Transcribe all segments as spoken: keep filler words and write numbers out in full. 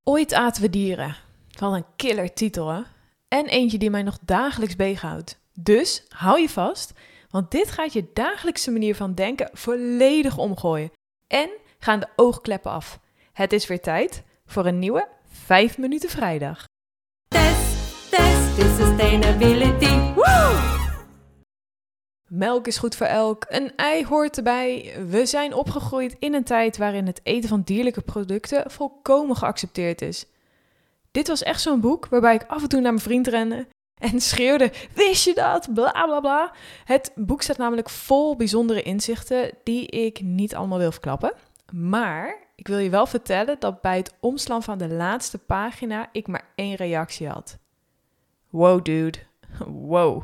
Ooit aten we dieren. Wat een killer titel, hè? En eentje die mij nog dagelijks bezighoudt. Dus hou je vast, want dit gaat je dagelijkse manier van denken volledig omgooien. En gaan de oogkleppen af. Het is weer tijd voor een nieuwe vijf minuten vrijdag. Test, test, is sustainability. Woo! Melk is goed voor elk, een ei hoort erbij. We zijn opgegroeid in een tijd waarin het eten van dierlijke producten volkomen geaccepteerd is. Dit was echt zo'n boek waarbij ik af en toe naar mijn vriend rende en schreeuwde, wist je dat? Bla bla bla. Het boek staat namelijk vol bijzondere inzichten die ik niet allemaal wil verklappen. Maar ik wil je wel vertellen dat bij het omslaan van de laatste pagina ik maar één reactie had. Wow dude, wow.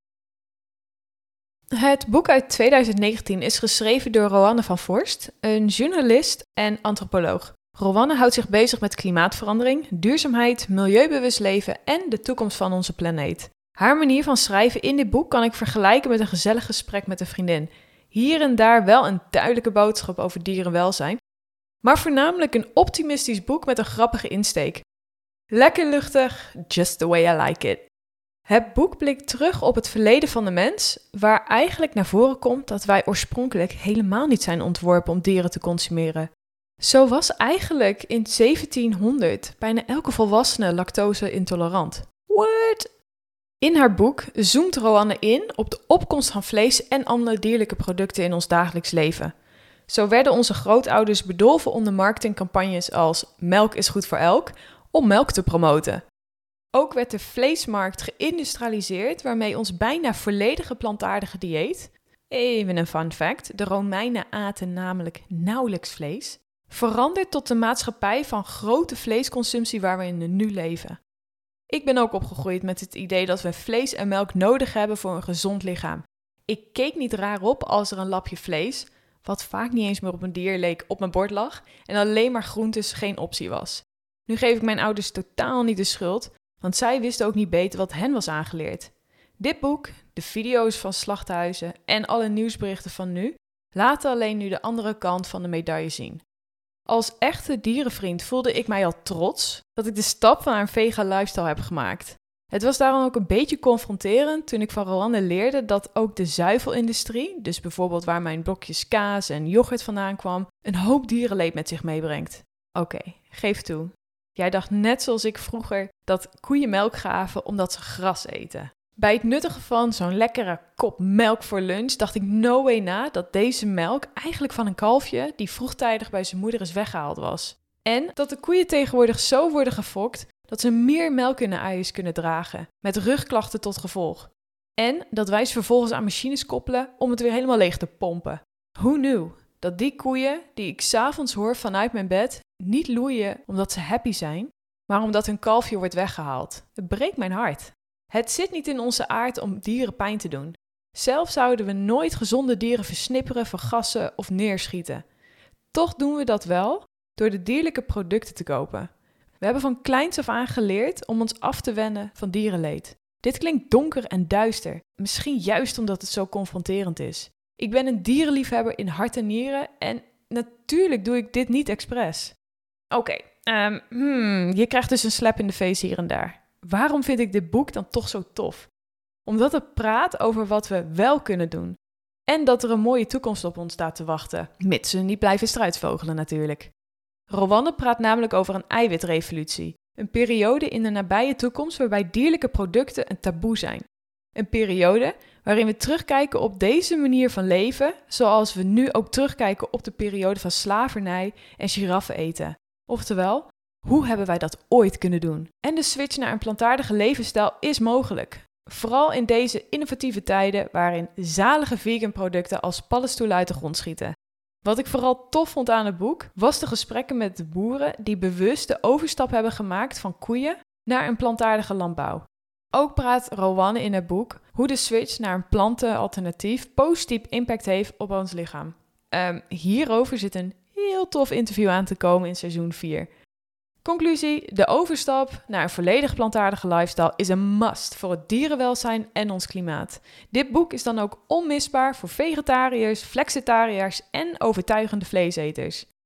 Het boek uit twintig negentien is geschreven door Roanne van Voorst, een journalist en antropoloog. Roanne houdt zich bezig met klimaatverandering, duurzaamheid, milieubewust leven en de toekomst van onze planeet. Haar manier van schrijven in dit boek kan ik vergelijken met een gezellig gesprek met een vriendin. Hier en daar wel een duidelijke boodschap over dierenwelzijn, maar voornamelijk een optimistisch boek met een grappige insteek. Lekker luchtig, just the way I like it. Het boek blikt terug op het verleden van de mens, waar eigenlijk naar voren komt dat wij oorspronkelijk helemaal niet zijn ontworpen om dieren te consumeren. Zo was eigenlijk in zeventienhonderd bijna elke volwassene lactose-intolerant. What? In haar boek zoomt Roanne in op de opkomst van vlees en andere dierlijke producten in ons dagelijks leven. Zo werden onze grootouders bedolven onder marketingcampagnes als melk is goed voor elk, om melk te promoten. Ook werd de vleesmarkt geïndustrialiseerd, waarmee ons bijna volledige plantaardige dieet, even een fun fact, de Romeinen aten namelijk nauwelijks vlees, verandert tot de maatschappij van grote vleesconsumptie waar we in nu leven. Ik ben ook opgegroeid met het idee dat we vlees en melk nodig hebben voor een gezond lichaam. Ik keek niet raar op als er een lapje vlees, wat vaak niet eens meer op een dier leek, op mijn bord lag en alleen maar groentes geen optie was. Nu geef ik mijn ouders totaal niet de schuld, want zij wisten ook niet beter wat hen was aangeleerd. Dit boek, de video's van slachthuizen en alle nieuwsberichten van nu, laten alleen nu de andere kant van de medaille zien. Als echte dierenvriend voelde ik mij al trots dat ik de stap naar een vegan lifestyle heb gemaakt. Het was daarom ook een beetje confronterend toen ik van Roanne leerde dat ook de zuivelindustrie, dus bijvoorbeeld waar mijn blokjes kaas en yoghurt vandaan kwam, een hoop dierenleed met zich meebrengt. Oké, okay, geef toe. Jij dacht net zoals ik vroeger dat koeien melk gaven omdat ze gras eten. Bij het nuttigen van zo'n lekkere kop melk voor lunch dacht ik no way na dat deze melk eigenlijk van een kalfje die vroegtijdig bij zijn moeder is weggehaald was. En dat de koeien tegenwoordig zo worden gefokt dat ze meer melk in de eiers kunnen dragen, met rugklachten tot gevolg. En dat wij ze vervolgens aan machines koppelen om het weer helemaal leeg te pompen. Who knew dat die koeien die ik 's avonds hoor vanuit mijn bed niet loeien omdat ze happy zijn, maar omdat hun kalfje wordt weggehaald. Het breekt mijn hart. Het zit niet in onze aard om dieren pijn te doen. Zelf zouden we nooit gezonde dieren versnipperen, vergassen of neerschieten. Toch doen we dat wel door de dierlijke producten te kopen. We hebben van kleins af aan geleerd om ons af te wennen van dierenleed. Dit klinkt donker en duister, misschien juist omdat het zo confronterend is. Ik ben een dierenliefhebber in hart en nieren en natuurlijk doe ik dit niet expres. Oké, okay, um, hmm, je krijgt dus een slap in de face hier en daar. Waarom vind ik dit boek dan toch zo tof? Omdat het praat over wat we wel kunnen doen. En dat er een mooie toekomst op ons staat te wachten. Mits ze niet blijven struisvogelen natuurlijk. Roanne praat namelijk over een eiwitrevolutie. Een periode in de nabije toekomst waarbij dierlijke producten een taboe zijn. Een periode waarin we terugkijken op deze manier van leven, zoals we nu ook terugkijken op de periode van slavernij en giraffen eten. Oftewel, hoe hebben wij dat ooit kunnen doen? En de switch naar een plantaardige levensstijl is mogelijk. Vooral in deze innovatieve tijden waarin zalige vegan producten als paddenstoelen uit de grond schieten. Wat ik vooral tof vond aan het boek, was de gesprekken met de boeren die bewust de overstap hebben gemaakt van koeien naar een plantaardige landbouw. Ook praat Roanne in het boek hoe de switch naar een plantenalternatief positief impact heeft op ons lichaam. Um, hierover zit een heel tof interview aan te komen in seizoen vier. Conclusie, de overstap naar een volledig plantaardige lifestyle is een must voor het dierenwelzijn en ons klimaat. Dit boek is dan ook onmisbaar voor vegetariërs, flexitariërs en overtuigende vleeseters.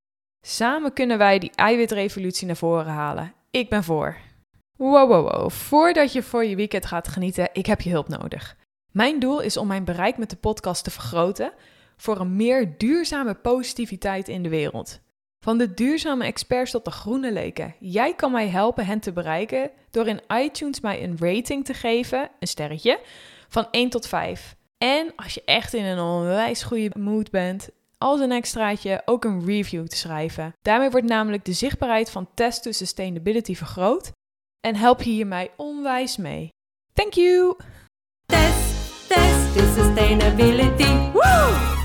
Samen kunnen wij die eiwitrevolutie naar voren halen. Ik ben voor. Wow, wow, wow. Voordat je voor je weekend gaat genieten, ik heb je hulp nodig. Mijn doel is om mijn bereik met de podcast te vergroten voor een meer duurzame positiviteit in de wereld. Van de duurzame experts tot de groene leken. Jij kan mij helpen hen te bereiken door in iTunes mij een rating te geven, een sterretje, van één tot vijf. En als je echt in een onwijs goede mood bent, als een extraatje ook een review te schrijven. Daarmee wordt namelijk de zichtbaarheid van Test to Sustainability vergroot en help je hier mij onwijs mee. Thank you! Test, test to sustainability. Woo!